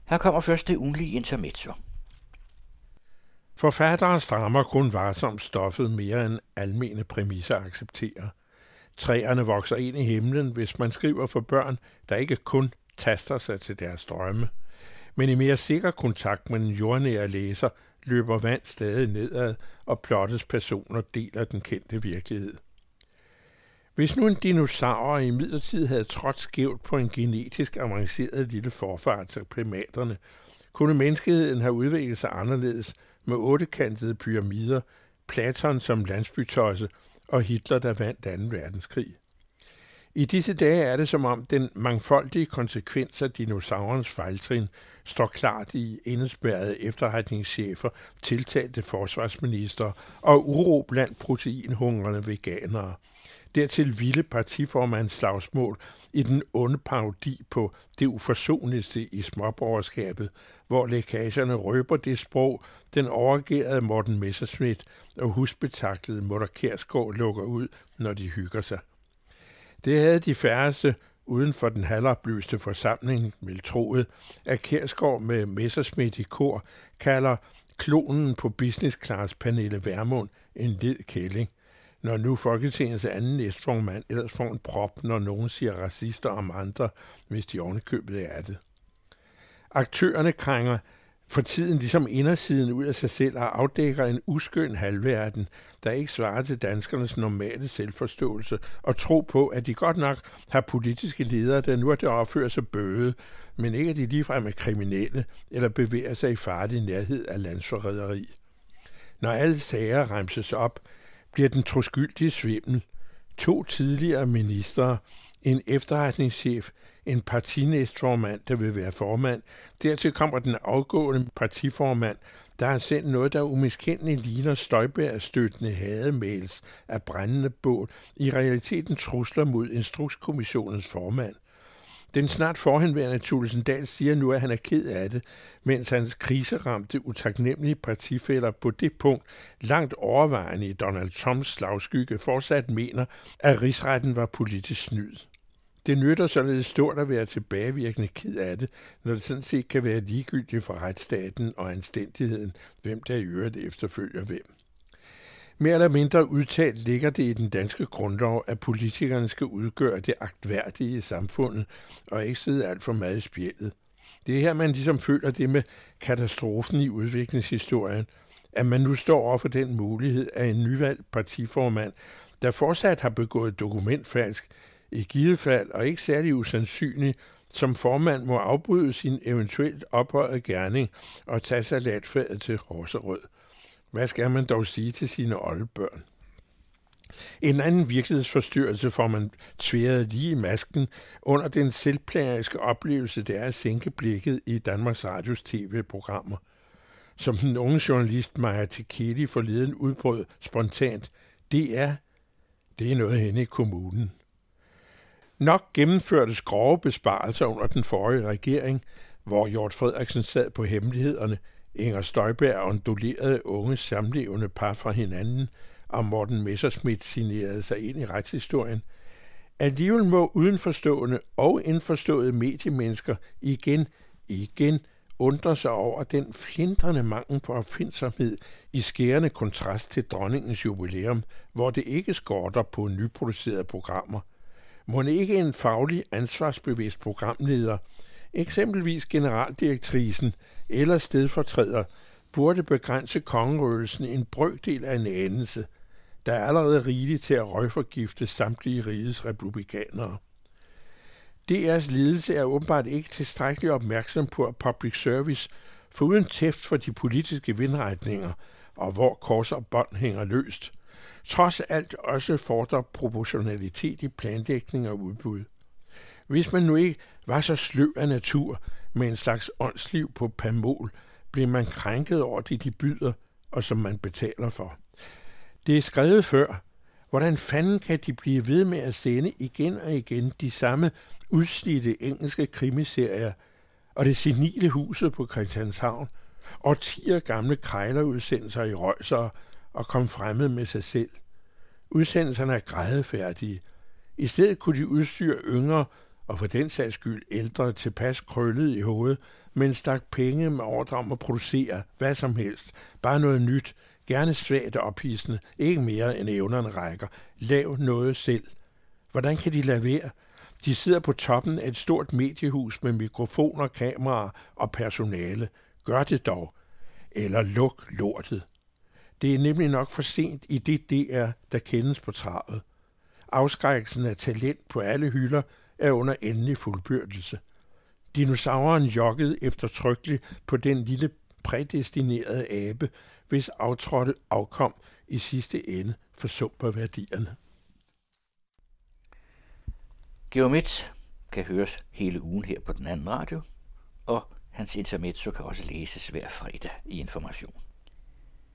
Her kommer først det ugenlige intermezzo. Forfattere strammer kun varsomt stoffet mere end almene præmisser accepterer. Træerne vokser ind i himlen, hvis man skriver for børn, der ikke kun taster sig til deres drømme. Men i mere sikker kontakt med den jordnære læser løber vand stadig nedad, og plottets personer deler den kendte virkelighed. Hvis nu en dinosaur imidlertid havde trådt skævt på en genetisk avanceret lille forfar til primaterne, kunne menneskeheden have udviklet sig anderledes med ottekantede pyramider, Platon som landsbytosse og Hitler, der vandt 2. verdenskrig. I disse dage er det som om den mangfoldige konsekvens af dinosaurens fejltrin står klart i indespærrede efterretningschefer, tiltalte forsvarsminister og uro blandt proteinhungrende veganere. Dertil vilde partiformandsslagsmål i den onde parodi på det uforsonligste i småborgerskabet, hvor lækagerne røber det sprog, den overgærede Morten Messerschmidt og husbetaklede Mutter Kjærsgaard lukker ud, når de hygger sig. Det havde de færreste uden for den halvoplyste forsamling vel troet, at Kjærsgaard med Messerschmidt i kor kalder klonen på business class Pernille Vermund en led kælling, når nu Folketingets anden næstformand ellers får en prop, når nogen siger racister om andre, hvis de ovenikøbet er det. Aktørerne krænger for tiden ligesom indersiden ud af sig selv og afdækker en uskøn halvverden, der ikke svarer til danskernes normale selvforståelse og tro på, at de godt nok har politiske ledere, der nu er det opfører sig bøde, men ikke at de ligefrem er kriminelle eller bevæger sig i farlig nærhed af landsforræderi. Når alle sager remses op, bliver den troskyldige svimmel. 2 tidligere ministre, en efterretningschef, en partinæstformand, der vil være formand. Dertil kommer den afgående partiformand, der har sendt noget, der umiskendeligt ligner Støjberg-støttende hademails af brændende bål, i realiteten trusler mod Instrukskommissionens formand. Den snart forhenværende Thulesen Dahl siger nu, at han er ked af det, mens hans kriseramte, utaknemmelige partifæller på det punkt langt overvejende i Donald Trumps slagskygge fortsat mener, at rigsretten var politisk snyd. Det nytter således stort at være tilbagevirkende ked af det, når det sådan set kan være ligegyldigt for retsstaten og anstændigheden, hvem der i øvrigt efterfølger hvem. Mere eller mindre udtalt ligger det i den danske grundlov, at politikerne skal udgøre det agtværdige i samfundet og ikke sidde alt for meget i spjældet. Det er her, man ligesom føler det med katastrofen i udviklingshistorien, at man nu står over for den mulighed af en nyvalgt partiformand, der fortsat har begået dokumentfalsk, i givet fald og ikke særlig usandsynligt, som formand må afbryde sin eventuelt ophøjede gerning og tage salatfadet til Horserød. Hvad skal man dog sige til sine oldebørn? En anden virkelighedsforstyrrelse får man tværet lige i masken under den selvplageriske oplevelse, det er at sænke blikket i Danmarks Radios tv-programmer. Som den unge journalist Maja Tikeli forleden udbrød spontant, det er noget henne i kommunen. Nok gennemførtes grove besparelser under den forrige regering, hvor Hjort Frederiksen sad på hemmelighederne, Inger Støjberg ondulerede unge samlevende par fra hinanden, og Morten Messerschmidt signerede sig ind i retshistorien. Alligevel må udenforstående og indforståede mediemennesker igen undre sig over den flindrende mangel på opfindsomhed i skærende kontrast til dronningens jubilæum, hvor det ikke skorter på nyproducerede programmer. Må ikke en faglig, ansvarsbevidst programleder, eksempelvis generaldirektrisen eller stedfortræder, burde begrænse kongerøgelsen en brøkdel af en anelse, der er allerede rigeligt til at røgforgifte samtlige rigets republikanere. DR's ledelse er åbenbart ikke tilstrækkeligt opmærksom på, at public service, foruden tæft for de politiske vindretninger, og hvor kors og bånd hænger løst, trods alt også fordrer proportionalitet i planlægning og udbud. Hvis man nu ikke var så sløv af natur med en slags åndsliv på pamol, bliver man krænket over det, de byder, og som man betaler for. Det er skrevet før. Hvordan fanden kan de blive ved med at sende igen og igen de samme udslidte engelske krimiserier og det senile huset på Christianshavn, og 10 gamle krejlerudsendelser i røjser og kom fremmed med sig selv. Udsendelserne er grædefærdige. I stedet kunne de udstyre yngre og for den sags skyld ældre tilpas krøllet i hovedet, med en stak penge med ordre om at producere hvad som helst. Bare noget nyt, gerne svagt og ophidsende, ikke mere end evnerne rækker. Lav noget selv. Hvordan kan de lade være? De sidder på toppen af et stort mediehus med mikrofoner, kameraer og personale. Gør det dog. Eller luk lortet. Det er nemlig nok for sent i det DR, der kendes på travet. Afskrækkelsen af talent på alle hylder er under endelig fuldbyrdelse. Dinosauren joggede eftertrykkeligt på den lille prædestinerede abe, hvis aftrådte afkom i sidste ende forsumper værdierne. Geomit kan høres hele ugen her på den anden radio, og hans intermezzo kan også læses hver fredag i Information.